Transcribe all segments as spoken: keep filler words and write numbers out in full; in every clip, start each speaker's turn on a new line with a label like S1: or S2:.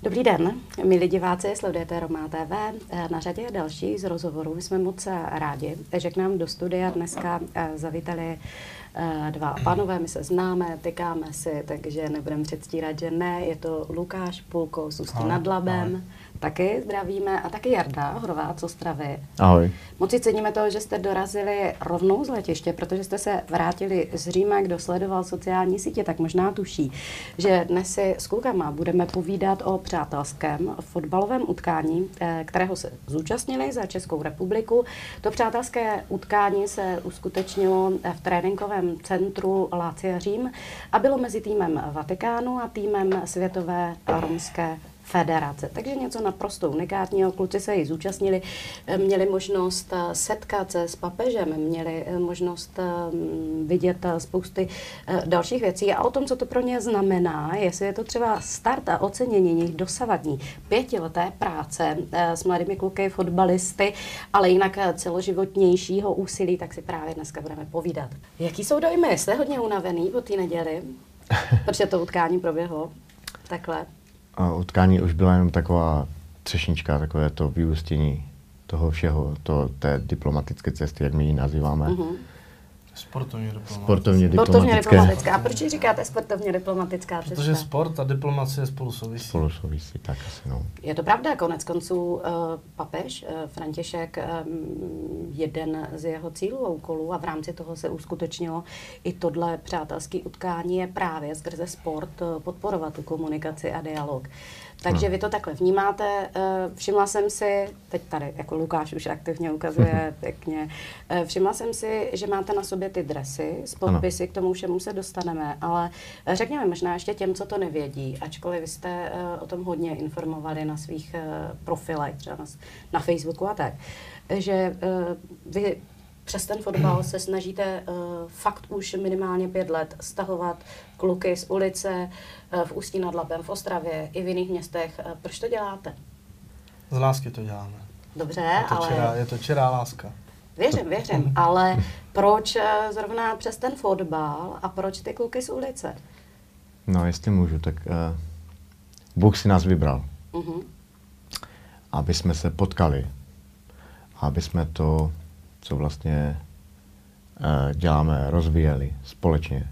S1: Dobrý den, milí diváci, sledujete Roma T V. Na řadě je další z rozhovorů. My jsme moc rádi, že k nám do studia dneska zavítali dva pánové. My se známe, tykáme si, takže nebudeme předstírat, že ne. Je to Lukáš Půlko z Ústí nad Labem. Taky zdravíme. A taky Jarda Horvát z Ostravy.
S2: Ahoj.
S1: Moc si ceníme toho, že jste dorazili rovnou z letiště, protože jste se vrátili z Říma. Kdo sledoval sociální sítě, tak možná tuší, že dnes si s klukama budeme povídat o přátelském fotbalovém utkání, kterého se zúčastnili za Českou republiku. To přátelské utkání se uskutečnilo v tréninkovém centru Lacia Řím a bylo mezi týmem Vatikánu a týmem Světové romské federace. Takže něco naprosto unikátního. Kluci se jí zúčastnili, měli možnost setkat se s papežem, měli možnost vidět spousty dalších věcí a o tom, co to pro ně znamená, jestli je to třeba start a ocenění jejich dosavadní pětileté práce s mladými kluky, fotbalisty, ale jinak celoživotnějšího úsilí, tak si právě dneska budeme povídat. Jaký jsou dojmy? Jste hodně unavený po té neděli? Protože to utkání proběhlo takhle.
S2: A utkání už byla jenom taková třešnička, takové to vyústění toho všeho, to, té diplomatické cesty, jak my ji nazýváme. Mm-hmm.
S3: Sportovně diplomatická.
S2: Sportovně diplomatická.
S1: Sportovně diplomatická. A proč ji říkáte sportovně diplomatická?
S3: Protože
S1: přesně?
S3: sport a diplomacie spolu souvisí.
S2: Spolu souvisí, tak asi no.
S1: Je to pravda, konec konců uh, papež uh, František, um, jeden z jeho cílů a úkolů a v rámci toho se uskutečnilo i tohle přátelské utkání je právě skrze sport uh, podporovat tu komunikaci a dialog. Takže no. Vy to takhle vnímáte. Všimla jsem si, teď tady jako Lukáš už aktivně ukazuje pěkně, všimla jsem si, že máte na sobě ty dresy s podpisy, ano. K tomu všemu se dostaneme, ale řekněme možná ještě těm, co to nevědí, ačkoliv vy jste o tom hodně informovali na svých profilech, třeba na, na Facebooku a tak, že vy přes ten fotbal se snažíte uh, fakt už minimálně pět let stahovat kluky z ulice uh, v Ústí nad Labem, v Ostravě i v jiných městech. Uh, proč to děláte?
S3: Z lásky to děláme.
S1: Dobře,
S3: je to
S1: ale...
S3: Čirá, je to čirá láska.
S1: Věřím, věřím, ale proč uh, zrovna přes ten fotbal a proč ty kluky z ulice?
S2: No, jestli můžu, tak uh, Bůh si nás vybral, uh-huh. aby jsme se potkali, aby jsme to, co vlastně uh, děláme, rozvíjeli společně.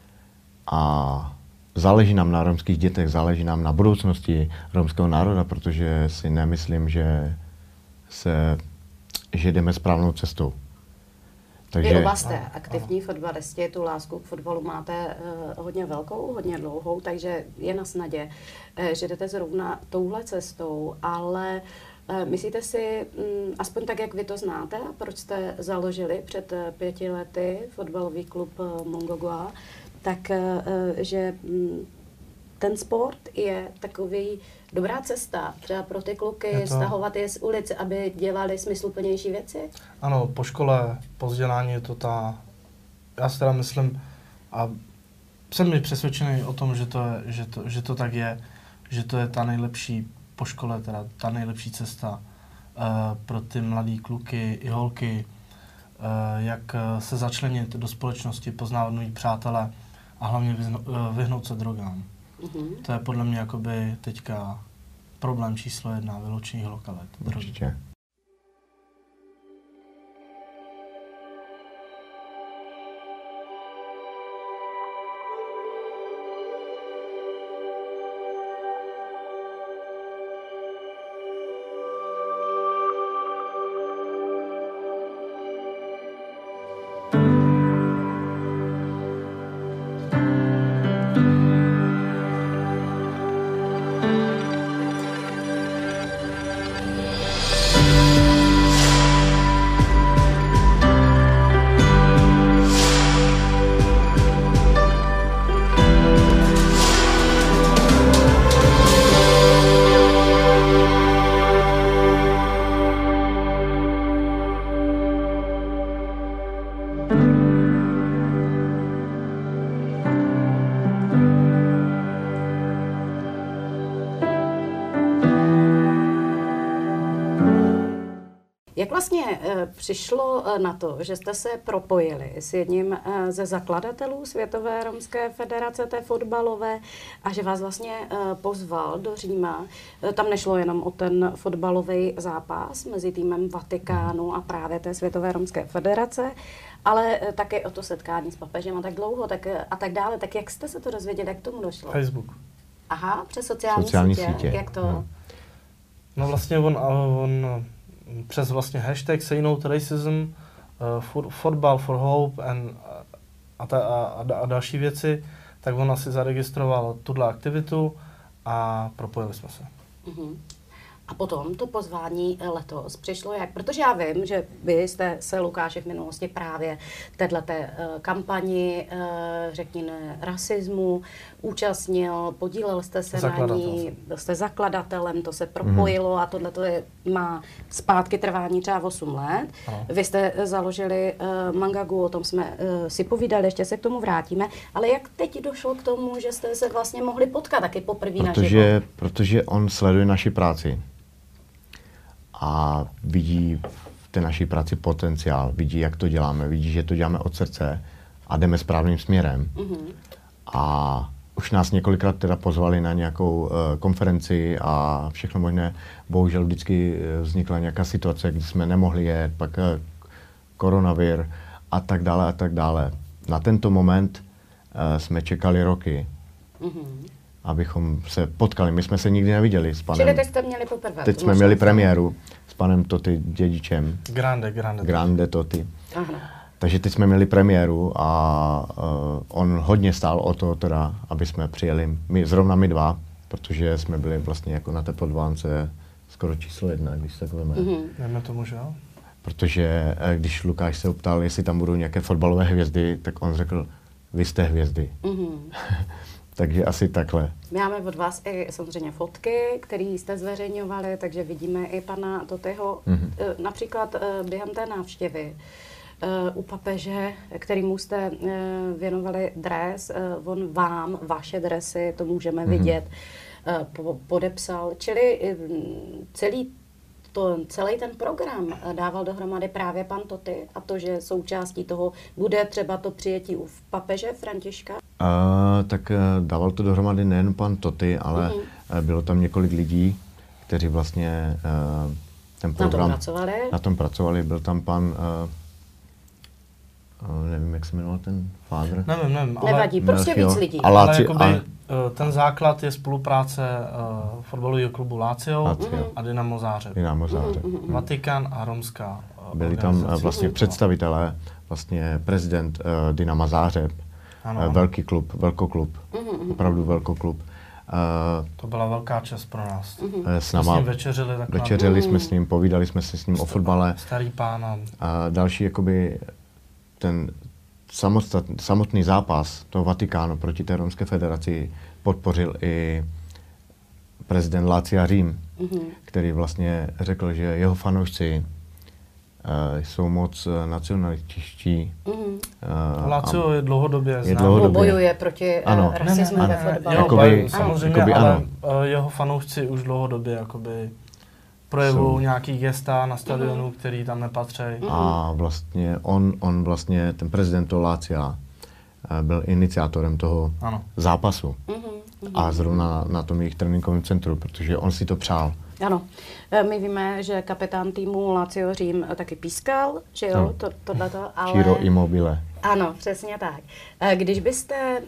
S2: A záleží nám na romských dětech, záleží nám na budoucnosti romského národa, protože si nemyslím, že se že jdeme správnou cestou.
S1: Takže, vy oba jste aktivní fotbalisti, tu lásku k fotbalu máte uh, hodně velkou, hodně dlouhou, takže je na snadě, uh, že jdete zrovna touhle cestou, ale uh, myslíte si, um, aspoň tak, jak vy to znáte, proč jste založili před uh, pěti lety fotbalový klub uh, Mongogoa, tak uh, že um, ten sport je takový dobrá cesta třeba pro ty kluky, to... stahovat je z ulice, aby dělali smysluplnější věci?
S3: Ano, po škole, po vzdělání je to ta, já si teda myslím, a jsem mi přesvědčený o tom, že to, je, že, to, že to tak je, že to je ta nejlepší po škole, teda ta nejlepší cesta uh, pro ty mladý kluky i holky, uh, jak se začlenit do společnosti, poznávat nový přátele a hlavně vyhno, uh, vyhnout se drogám. Mm-hmm. To je podle mě jakoby teďka problém číslo jedna vyloučených lokalit.
S2: Určitě.
S1: Jak vlastně uh, přišlo uh, na to, že jste se propojili s jedním uh, ze zakladatelů Světové romské federace, té fotbalové, a že vás vlastně uh, pozval do Říma? Uh, tam nešlo jenom o ten fotbalový zápas mezi týmem Vatikánu a právě té Světové romské federace, ale uh, také o to setkání s papežem a tak dlouho tak, uh, a tak dále. Tak jak jste se to dozvěděli, jak k tomu došlo?
S3: Facebook.
S1: Aha, přes sociální,
S2: sociální
S1: sítě.
S2: sítě.
S1: Jak to?
S2: No.
S3: No vlastně on, on přes vlastně hashtag Say No to Racism, uh, Football for Hope and, a, ta, a, a další věci, tak on asi zaregistroval tuhle aktivitu a propojili jsme se.
S1: Uh-huh. A potom to pozvání letos přišlo jak? Protože já vím, že vy jste se, Lukáši, v minulosti právě téhleté uh, kampani, uh, řekněme, rasismu účastnil, podílel jste se na ní, byl jste zakladatelem, to se propojilo mm. a tohle má zpátky trvání třeba osm let. Aha. Vy jste založili uh, Mangagu, o tom jsme uh, si povídali, ještě se k tomu vrátíme, ale jak teď došlo k tomu, že jste se vlastně mohli potkat taky poprvé na
S2: život? Protože on sleduje naši práci a vidí v té naší práci potenciál, vidí, jak to děláme, vidí, že to děláme od srdce a jdeme správným směrem. Mm-hmm. A už nás několikrát teda pozvali na nějakou uh, konferenci a všechno možné. Bohužel vždycky vznikla nějaká situace, kdy jsme nemohli jet, pak uh, koronavir a tak dále a tak dále. Na tento moment uh, jsme čekali roky, mm-hmm. abychom se potkali. My jsme se nikdy neviděli s panem.
S1: Čili teď jste měli poprvé.
S2: Teď jsme měli premiéru s panem Toty dědičem.
S3: Grande, Grande.
S2: Grande Toty.
S1: Aha.
S2: Takže teď jsme měli premiéru a uh, on hodně stál o to, teda, aby jsme přijeli, my, zrovna my dva, protože jsme byli vlastně jako na té podvánce skoro číslo jedna, když se tak veme.
S3: Mm-hmm. Jdeme tomu, že jo?
S2: Protože když Lukáš se optal, jestli tam budou nějaké fotbalové hvězdy, tak on řekl, vy jste hvězdy. Mm-hmm. Takže asi takhle.
S1: My máme od vás i samozřejmě fotky, které jste zveřejňovali, takže vidíme i pana Totyho, mm-hmm. například během té návštěvy u papeže, kterýmu jste věnovali dres, on vám, vaše dresy, to můžeme mm-hmm. vidět, podepsal, čili celý To, celý ten program dával dohromady právě pan Toty a to, že součástí toho bude třeba to přijetí u papeže Františka?
S2: Uh, tak uh, dával to dohromady nejen pan Toty, ale uh-huh. bylo tam několik lidí, kteří vlastně uh, ten program...
S1: Na tom pracovali?
S2: Na tom pracovali. Byl tam pan... Uh, uh, nevím, jak se jmenoval ten fádr.
S3: Nevím, nevím. Ale
S1: nevadí, prostě víc lidí.
S3: Ale, ale jakoby, a... ten základ je spolupráce uh, fotbalového klubu Lazio uh-huh. a Dynamo Zářeb.
S2: Dynamo Zářeb.
S3: Uh-huh. Vatikán a romská uh,
S2: Byli tam uh, vlastně představitelé, vlastně prezident uh, Dynama Zářeb, ano, uh, velký klub, velkoklub, uh-huh. opravdu velkoklub.
S3: Uh, to byla velká čest pro nás.
S2: Uh-huh. S náma
S3: jsme s ním večeřili. Takhle.
S2: Večeřili jsme s ním, povídali jsme se s ním o fotbale.
S3: Starý pán. A
S2: další jakoby ten samotný zápas toho Vatikánu proti té romské federaci podpořil i prezident Lazia Řím, mm-hmm. který vlastně řekl, že jeho fanoušci uh, jsou moc nacionalističtí. Mm-hmm.
S3: Uh, Lazio je dlouhodobě
S2: je dlouhodobě.
S1: Bojuje proti uh, rasismu ve fotbalu.
S3: Jakoby, samozřejmě, jakoby, ale uh, jeho fanoušci už dlouhodobě jakoby projevují nějaký gesta na stadionu, mm-hmm. který tam nepatří. Mm-hmm.
S2: A vlastně on, on vlastně, ten prezident toho Lazia, byl iniciátorem toho ano. zápasu. Mm-hmm. A zrovna na, na tom jejich tréninkovém centru, protože on si to přál.
S1: Ano. My víme, že kapitán týmu Lazio Řím taky pískal, že jo, to, tohleto, ale...
S2: Ciro Immobile.
S1: Ano, přesně tak. Když byste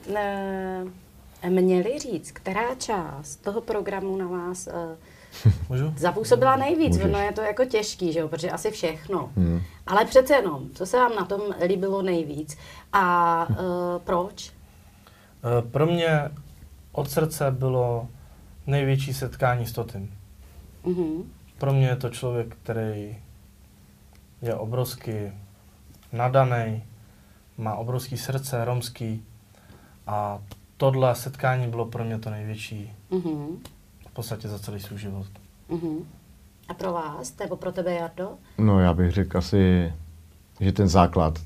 S1: e, měli říct, která část toho programu na vás e,
S3: Můžu?
S1: zapůsobila nejvíc, Můžeš. No je to jako těžký, že jo, protože asi všechno. Hmm. Ale přece jenom, co se vám na tom líbilo nejvíc a uh, proč?
S3: Uh, pro mě od srdce bylo největší setkání s Totym. Mm-hmm. Pro mě je to člověk, který je obrovsky nadaný, má obrovský srdce, romský a tohle setkání bylo pro mě to největší. Mm-hmm. V podstatě za celý svůj život.
S1: Uh-huh. A pro vás, nebo pro tebe, Jardo?
S2: No, já bych řekl asi, že ten základ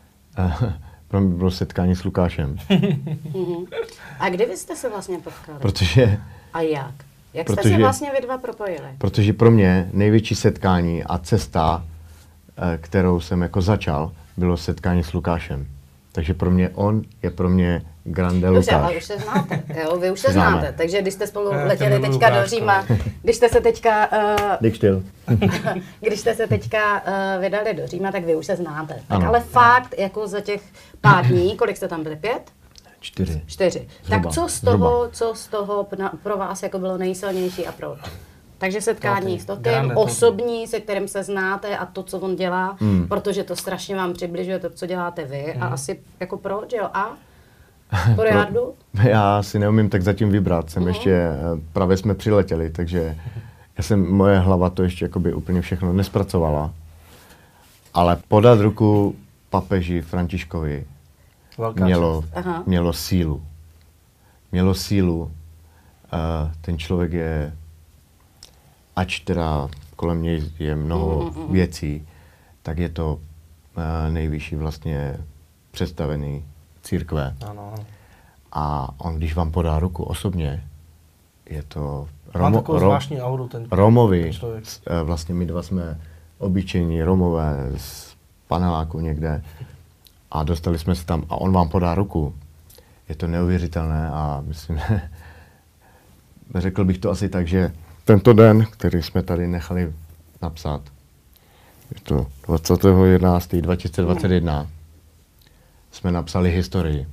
S2: pro mě bylo setkání s Lukášem.
S1: Uh-huh. A kdy vy jste se vlastně potkali?
S2: Protože...
S1: A jak? Jak
S2: protože,
S1: jste se vlastně vy dva propojili?
S2: Protože pro mě největší setkání a cesta kterou jsem jako začal, bylo setkání s Lukášem. Takže pro mě on je pro mě grande Lukáš.
S1: Dobře, ale už se znáte, jo? Vy už se
S2: Známe.
S1: znáte, takže když jste spolu
S3: Já
S1: letěli
S3: tě
S1: teďka do
S3: Lukáško.
S1: Říma, když jste se teďka, uh, když jste se teďka uh, vydali do Říma, tak vy už se znáte. Tak
S2: Ano.
S1: ale fakt, jako za těch pár dní, kolik jste tam byli, pět?
S2: Čtyři.
S1: Čtyři.
S2: Zhruba,
S1: Tak co z
S2: zhruba.
S1: toho, co z toho na, pro vás jako bylo nejsilnější a proč? Takže setkání
S3: Toty.
S1: s Totym,
S3: Grande Toty.
S1: osobní, se kterým se znáte a to, co on dělá,
S2: Hmm.
S1: protože to strašně vám přibližuje to, co děláte vy
S3: Hmm.
S1: a asi jako proč, jo? A? Po Riadu?
S2: Já si neumím tak zatím vybrat, jsem
S1: Mhm.
S2: ještě, eh, právě jsme přiletěli, takže já jsem, moje hlava to ještě jakoby úplně všechno nespracovala. Ale podat ruku papeži Františkovi
S3: Velká
S2: mělo,
S3: čest.
S1: Aha.
S2: mělo sílu. Mělo sílu. Uh, ten člověk je, ač teda kolem něj je mnoho
S1: Mm, mm, mm.
S2: věcí, tak je to uh, nejvyšší vlastně představený církve.
S3: Ano, ano.
S2: A on, když vám podá ruku osobně, je to
S3: Má
S2: Romo,
S3: takovou
S2: Ro,
S3: zvláštní auru ten
S2: Romovi,
S3: ten člověk.
S2: s- eh, vlastně my dva jsme obyčejní Romové z paneláku někde a dostali jsme se tam a on vám podá ruku. Je to neuvěřitelné a myslím, řekl bych to asi tak, že tento den, který jsme tady nechali napsat, je to dvacátého jedenáctého dva tisíce dvacet jedna, jsme napsali historii.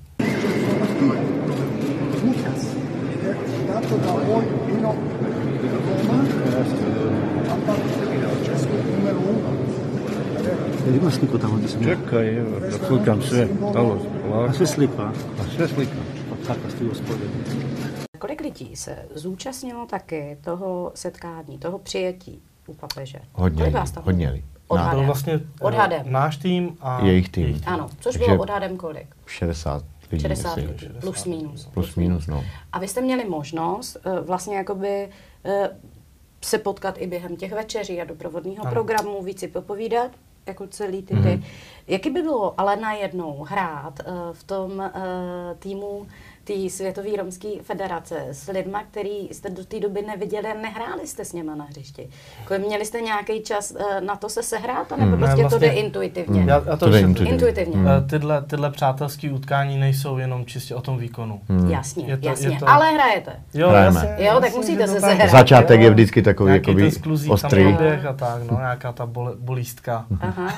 S4: Maslíku tam hodně jsem.
S5: Čekaj, evo, da slikam sve. Alo,
S4: A
S5: polako.
S4: sve slika.
S5: A sve slikam.
S4: Tako ste gospodin.
S1: Kolik lidí se zúčastnilo taky toho setkání, toho přijetí u papeže?
S2: Hodně
S1: Kolik
S2: lidí,
S1: vás tam
S2: hodně
S1: bylo?
S2: lidí.
S1: Odhadem.
S3: Byl vlastně eh,
S1: Odhadem.
S3: náš tým a
S2: Jejich tým.
S1: Ano, což
S2: Takže-
S1: bylo odhadem kolik?
S2: šedesát lidí,
S1: šedesát
S2: myslím.
S1: lidí, plus minus.
S2: Plus minus, no.
S1: A vy jste měli možnost eh, vlastně jakoby eh, se potkat i během těch večeří a doprovodného
S3: Ano.
S1: programu, víc si popovídat, jako celý ty ty.
S2: Mhm.
S1: Jaký by bylo ale najednou hrát eh, v tom eh, týmu té Světové romské federace s lidma, který jste do té doby neviděli a nehráli jste s něma na hřišti? Jako měli jste nějaký čas eh, na to se sehrát, anebo
S2: Hmm.
S1: prostě
S3: Ne,
S1: to
S3: vlastně-
S1: jde intuitivně?
S2: Hmm.
S3: Já, já to
S2: To jde
S3: vysvětlím.
S2: intuitivně.
S1: Intuitivně.
S2: Hmm.
S3: Eh, Tyhle, tyhle přátelské utkání nejsou jenom čistě o tom výkonu.
S2: Hmm.
S1: Jasně,
S3: Je to-
S1: jasně.
S3: je to-
S1: Ale hrajete.
S3: Jo,
S2: Hrajeme.
S3: jasně,
S1: Jo, tak
S3: jasně,
S1: musíte
S3: že to
S1: se
S3: tak-
S1: sehrát.
S2: Začátek
S1: jo.
S2: je vždycky takový,
S3: Nějaký
S2: jakoby
S3: ten skluzík
S2: ostrý.
S3: tam proběh a tak, no, nějaká ta bole, bolístka.
S1: Aha.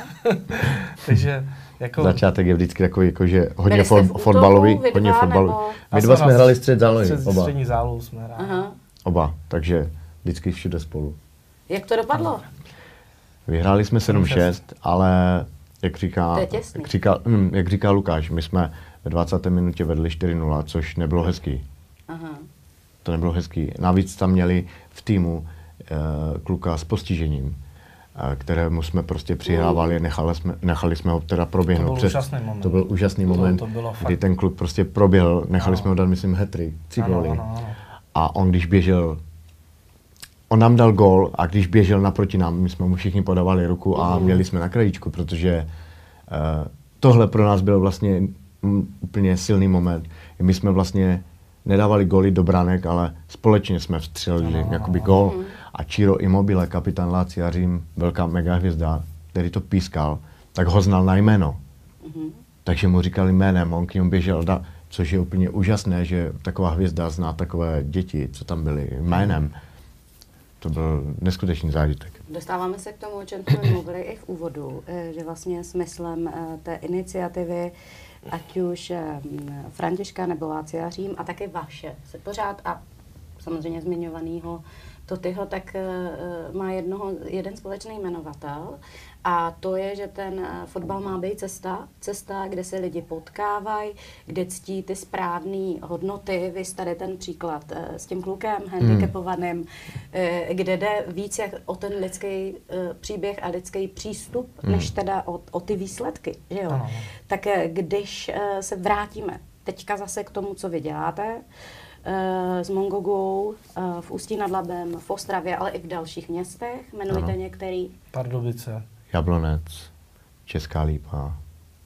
S3: Takže jako...
S2: Začátek je vždycky takový, jako, že hodně
S1: Byli jste
S2: fo-
S1: v útoku,
S2: fotbalový,
S1: vy
S2: hodně
S1: dva,
S2: fotbalový.
S1: nebo-
S2: My
S3: Já
S2: dva
S3: jsem
S2: jsme
S3: hrál
S2: hrali střed zálohy,
S3: Střed,
S2: oba.
S3: střední zálohu jsme hráli.
S1: Aha.
S2: Oba, takže vždycky všude spolu.
S1: Jak to dopadlo?
S2: Vyhráli jsme sedm šest, ale jak říká,
S1: To je těsný.
S2: jak říká, hm, jak říká Lukáš, my jsme ve dvacáté minutě vedli čtyři nula, což nebylo hezký.
S1: Aha.
S2: To nebylo hezký. Navíc tam měli v týmu e, kluka s postižením, e, kterému jsme prostě přihrávali, nechali jsme, nechali jsme ho teda proběhnout.
S3: To byl úžasný moment.
S2: To byl úžasný
S3: To-
S2: moment,
S3: to bylo fakt-
S2: kdy ten kluk prostě proběhl, nechali
S3: Ano.
S2: jsme ho dát, myslím, hat-trick, tři
S3: Ano,
S2: góly.
S3: ano, ano.
S2: A on když běžel, on nám dal gól a když běžel naproti nám, my jsme mu všichni podávali ruku a
S3: Mhm.
S2: měli jsme na krajíčku, protože uh, tohle pro nás byl vlastně mm, úplně silný moment. My jsme vlastně nedávali góly do branek, ale společně jsme vstřelili
S3: Ano,
S2: jakoby
S3: ano.
S2: gól. A Ciro Immobile, kapitán Lazia Řím, velká mega hvězda, který to pískal, tak ho znal na jméno. Takže mu říkali jménem, on k němu běžel, da, což je úplně úžasné, že taková hvězda zná takové děti, co tam byly, jménem. To byl neskutečný zážitek.
S1: Dostáváme se k tomu, o čem jsme mluvili i v úvodu, eh, že vlastně smyslem eh, té iniciativy, ať už eh, Františka nebo Lazia Řím a také vaše, se pořád a samozřejmě zmiňovanýho Totyho, tak eh, má jednoho, jeden společný jmenovatel a to je, že ten eh, fotbal má být cesta, cesta, kde se lidi potkávají, kde ctí ty správné hodnoty. Vy jste tady ten příklad eh, s tím klukem handicapovaným, eh, kde jde víc jak o ten lidský eh, příběh a lidský přístup, než teda o, o ty výsledky. Že jo?
S3: Ano.
S1: Tak eh, když eh, se vrátíme teďka zase k tomu, co vy děláte, s Mongogou v Ústí nad Labem, v Ostravě, ale i v dalších městech. Jmenujte
S2: Ano.
S1: některý.
S3: Pardubice.
S2: Jablonec, Česká Lípa.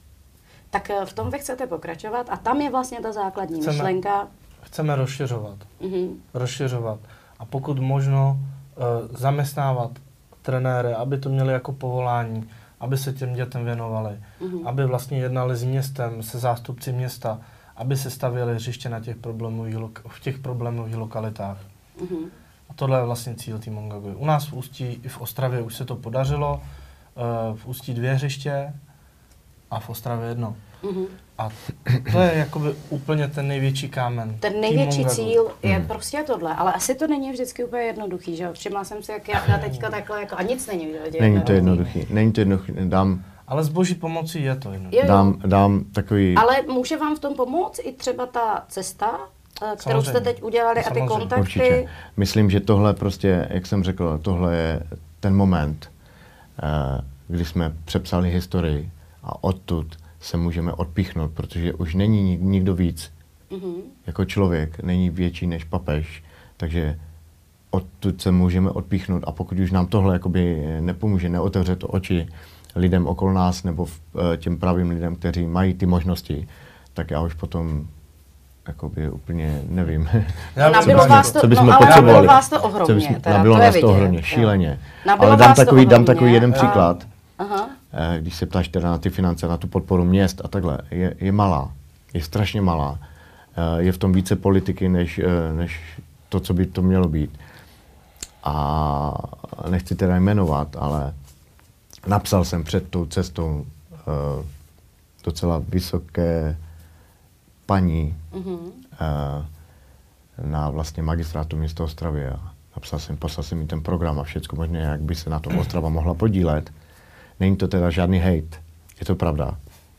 S1: Tak v tom vy chcete pokračovat a tam je vlastně ta základní
S3: Chceme.
S1: myšlenka.
S3: Chceme rozšiřovat.
S1: Mhm.
S3: Rozšiřovat. A pokud možno uh, zaměstnávat trenéry, aby to měli jako povolání. aby se těm dětem věnovali,
S1: Mhm.
S3: aby vlastně jednali s městem, se zástupci města, aby se stavěly hřiště na těch problémových loka- v těch problémových lokalitách.
S1: Mhm.
S3: A tohle je vlastně cíl té Mongaguji. U nás v Ústí i v Ostravě už se to podařilo. Uh, v Ústí dvě hřiště a v Ostravě jedno.
S1: Mhm.
S3: A to je jakoby úplně ten největší kámen.
S1: Ten největší
S3: Mongagu.
S1: cíl je
S2: Hmm.
S1: prostě tohle, ale asi to není vždycky úplně jednoduchý, že jo? Všimla jsem si, jak já, já teďka takhle jako, a nic není vidět.
S2: Není to jednoduchý. Není to jednoduchý. Dám,
S3: Ale s boží pomocí je to jednoduché.
S1: Jo, jo.
S2: dám, dám takový...
S1: Ale může vám v tom pomoct i třeba ta cesta, eh, kterou jste
S3: Samozřejmě.
S1: teď udělali, a ty
S3: Samozřejmě.
S1: kontakty?
S2: Určitě. Myslím, že tohle prostě, jak jsem řekl, tohle je ten moment, eh, kdy jsme přepsali historii a odtud se můžeme odpíchnout, protože už není nik- nikdo víc.
S1: Mhm.
S2: Jako člověk není větší než papež, takže odtud se můžeme odpíchnout a pokud už nám tohle jakoby nepomůže, neotevře to oči lidem okolo nás nebo v, eh, těm pravým lidem, kteří mají ty možnosti, tak já už potom jakoby úplně nevím.
S3: Já
S1: No,
S3: vím,
S1: nabilo
S3: co-
S1: vás to,
S2: co bychom
S1: no, ale
S2: potřebovali.
S1: nabilo vás to
S2: Co
S1: ohromně.
S2: bychom-
S1: teda,
S2: nabilo
S1: to je
S2: nás to
S1: vidět,
S2: ohromně,
S1: jo.
S2: šíleně.
S1: Nabilo
S2: Ale dám
S1: vás to
S2: takový, dám
S1: ohromně
S2: takový jeden
S1: a-
S2: příklad.
S1: Aha.
S2: Eh, Když se ptáš teda na ty finance, na tu podporu měst a takhle, je, je malá, je strašně malá. Eh, Je v tom více politiky, než, eh, než to, co by to mělo být. A nechci teda jmenovat, ale napsal jsem před tou cestou eh, docela vysoké paní
S1: Mhm.
S2: eh, na vlastně magistrátu města Ostravy a napsal jsem, poslal jsem jí ten program a všecko možné, jak by se na tom Ostrava mohla podílet. Není to teda žádný hate, je to pravda.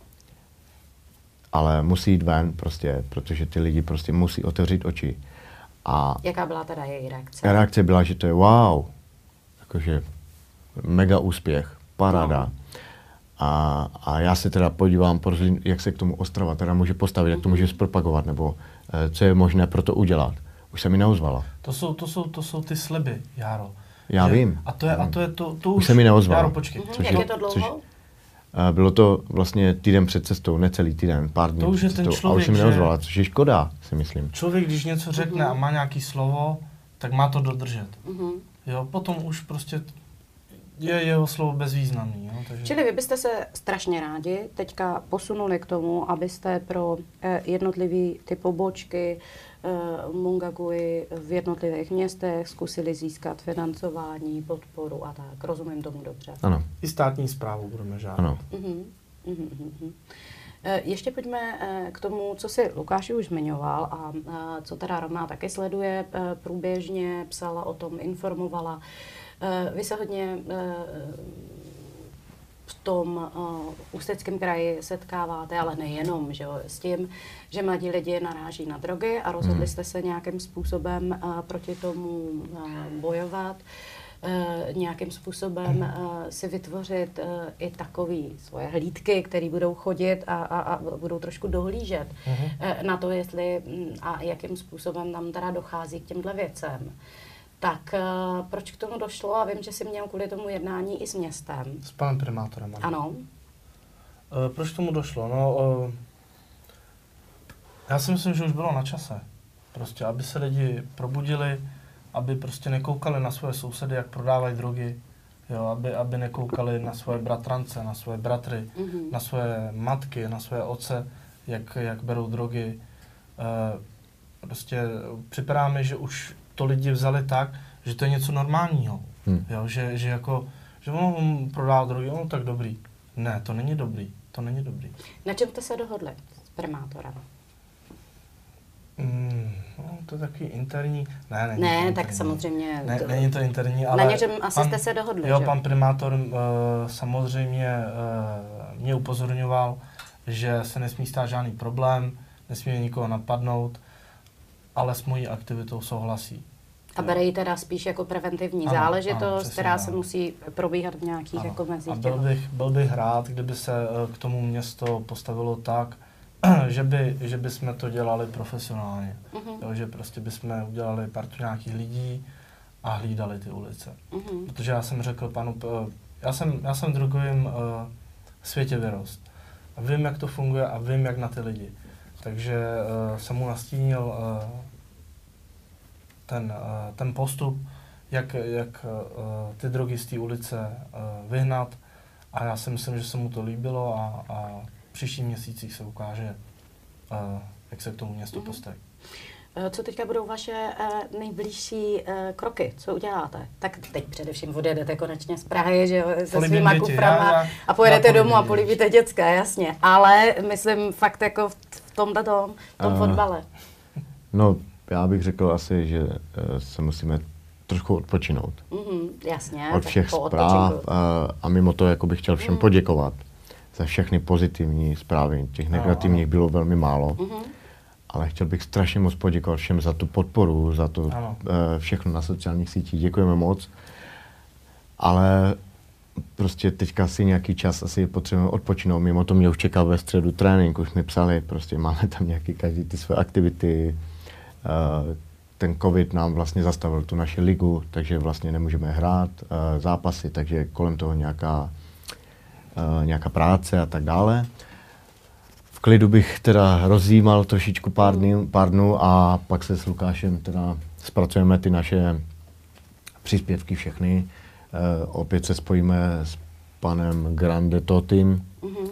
S2: Ale musí jít ven prostě, protože ty lidi prostě musí otevřít oči. A
S1: Jaká byla teda její reakce?
S2: reakce byla, že to je wow, jakože mega úspěch, paráda. A, a já se teda podívám, porozhlídnu, jak se k tomu Ostrava teda může postavit, jak to může zpropagovat, nebo eh, co je možné pro to udělat. Už se mi neozvala.
S3: To jsou, to jsou, to jsou ty sliby, Járo.
S2: Já
S3: Že-
S2: vím.
S3: A to je, a to je to, to
S2: Už se mi neozvala.
S3: Járo, počkej.
S1: Mhm.
S2: což
S1: Jak
S2: je-
S1: je to dlouho?
S2: což- Eh, Bylo to vlastně týden před cestou, necelý týden, pár dní
S3: To už
S2: před
S3: je ten
S2: cestou. A už
S3: člověk,
S2: se mi
S3: že-
S2: neozvala, což je škoda, si myslím.
S3: Člověk, když něco řekne a má nějaký slovo, tak má to dodržet.
S1: Mhm.
S3: Jo, potom už prostě je jeho slovo bezvýznamný. Jo, takže...
S1: Čili vy byste se strašně rádi teďka posunuli k tomu, abyste pro eh, jednotlivý ty pobočky eh, Mongaguji v jednotlivých městech zkusili získat financování, podporu a tak. Rozumím tomu dobře.
S2: Ano,
S3: I státní správu budeme žádat.
S2: ano.
S1: Mhm, mhm, mhm. Eh, Ještě pojďme eh, k tomu, co si Lukáš už zmiňoval a eh, co teda Rovná taky sleduje eh, průběžně, psala o tom, informovala. Eh, Vy se hodně eh, v tom uh, Ústeckém kraji setkáváte, ale nejenom, že jo, s tím, že mladí lidi naráží na drogy a rozhodli jste se nějakým způsobem uh, proti tomu uh, bojovat, uh, nějakým způsobem uh, si vytvořit uh, i takový svoje hlídky, které budou chodit a, a, a budou trošku dohlížet
S3: Mhm.
S1: uh, na to, jestli mm, a jakým způsobem tam teda dochází k těmhle věcem. Tak uh, proč k tomu došlo? A vím, že jsi měl kvůli tomu jednání i s městem.
S3: S panem primátorem.
S1: Ano.
S3: E, proč k tomu došlo? No, e, já si myslím, že už bylo na čase. Prostě, aby se lidi probudili, aby prostě nekoukali na svoje sousedy, jak prodávají drogy, jo, aby, aby nekoukali na svoje bratrance, na svoje bratry,
S1: Mhm.
S3: na svoje matky, na svoje otce, jak, jak berou drogy. E, prostě připadá mi, že už to lidi vzali tak, že to je něco normálního.
S2: Hmm.
S3: Jo, že, že jako, že on prodá drogy, no tak dobrý. Ne, to není dobrý, to není dobrý.
S1: Na čem jste se dohodli s primátorem?
S3: Mm, no, to je takový interní, ne, není to
S1: Ne,
S3: interní.
S1: tak samozřejmě.
S3: Ne,
S1: to-
S3: není to interní, ale...
S1: Na něčem asi jste se dohodli,
S3: Jo,
S1: že?
S3: pan primátor uh, samozřejmě uh, mě upozorňoval, že se nesmí stát žádný problém, nesmí nikoho napadnout, ale s mojí aktivitou souhlasí.
S1: A bere ji teda spíš jako preventivní
S3: Ano,
S1: záležitost,
S3: ano, přesně
S1: která
S3: tak.
S1: se musí probíhat v nějakých
S3: Ano.
S1: jako mezích.
S3: A byl
S1: těch-
S3: bych, byl bych rád, kdyby se eh, k tomu město postavilo tak, že by, že by jsme to dělali profesionálně.
S1: Mhm,
S3: Jo, že prostě bychom udělali partu nějakých lidí a hlídali ty ulice.
S1: mhm.
S3: Protože já jsem řekl panu, eh, já jsem, já jsem v drogovém uh, světě vyrost. A vím, jak to funguje a vím, jak na ty lidi. Takže uh, jsem mu nastínil uh, ten, uh, ten postup, jak, jak uh, ty drogy z té ulice uh, vyhnat A já si myslím, že se mu to líbilo a, a v příštích měsících se ukáže, uh, jak se k tomu městu mm-hmm. postaví.
S1: Co teďka budou vaše uh, nejbližší uh, kroky? Co uděláte? Tak teď především odjedete konečně z Prahy, že jo, se
S3: Políbím
S1: svýma
S3: děti,
S1: kuframa
S3: já, já,
S1: a pojedete
S3: já
S1: domů a
S3: děti.
S1: políbíte děcka, jasně. Ale myslím fakt jako v tomhle tom, v tom uh, fotbale.
S2: No, já bych řekl asi, že uh, se musíme trošku odpočinout.
S1: Mm-hmm, jasně.
S2: Od všech zpráv uh, a mimo to jako bych chtěl všem mm. poděkovat za všechny pozitivní zprávy. Těch negativních no, bylo velmi málo. Mm-hmm. Ale chtěl bych strašně moc poděkovat všem za tu podporu, za to uh, všechno na sociálních sítích. Děkujeme moc. Ale prostě teďka si nějaký čas asi potřebujeme odpočinout. Mimo to mě už čekal ve středu trénink, už mi psali, prostě máme tam nějaký každý ty své aktivity. Uh, ten covid nám vlastně zastavil tu naši ligu, takže vlastně nemůžeme hrát uh, zápasy, takže kolem toho nějaká, uh, nějaká práce a tak dále. V klidu bych teda rozjímal trošičku pár dnů, pár dnů a pak se s Lukášem teda zpracujeme ty naše příspěvky všechny. E, opět se spojíme s panem Grande Totim mm-hmm.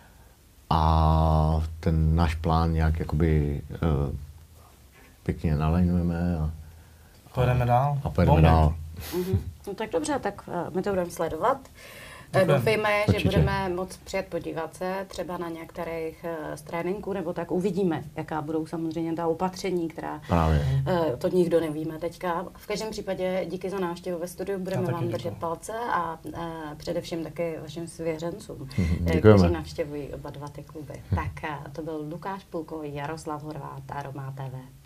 S2: a ten náš plán nějak jakoby e, pěkně nalajnujeme a,
S3: pojedeme dál.
S2: A pojedeme dál.
S1: Mm-hmm. No tak dobře, tak uh, my to budeme sledovat. Doufejme, že budeme moct přijet podívat se třeba na některých uh, z tréninků, nebo tak uvidíme, jaká budou samozřejmě ta opatření, která
S2: Právě.
S1: Uh, to nikdo nevíme teďka. V každém případě díky za návštěvu ve studiu, budeme vám držet palce a uh, především taky vašim svěřencům,
S2: Děkujeme.
S1: kteří navštěvují oba dva ty kluby. Tak uh, to byl Lukáš Půlko, Jaroslav Horváth a Roma T V.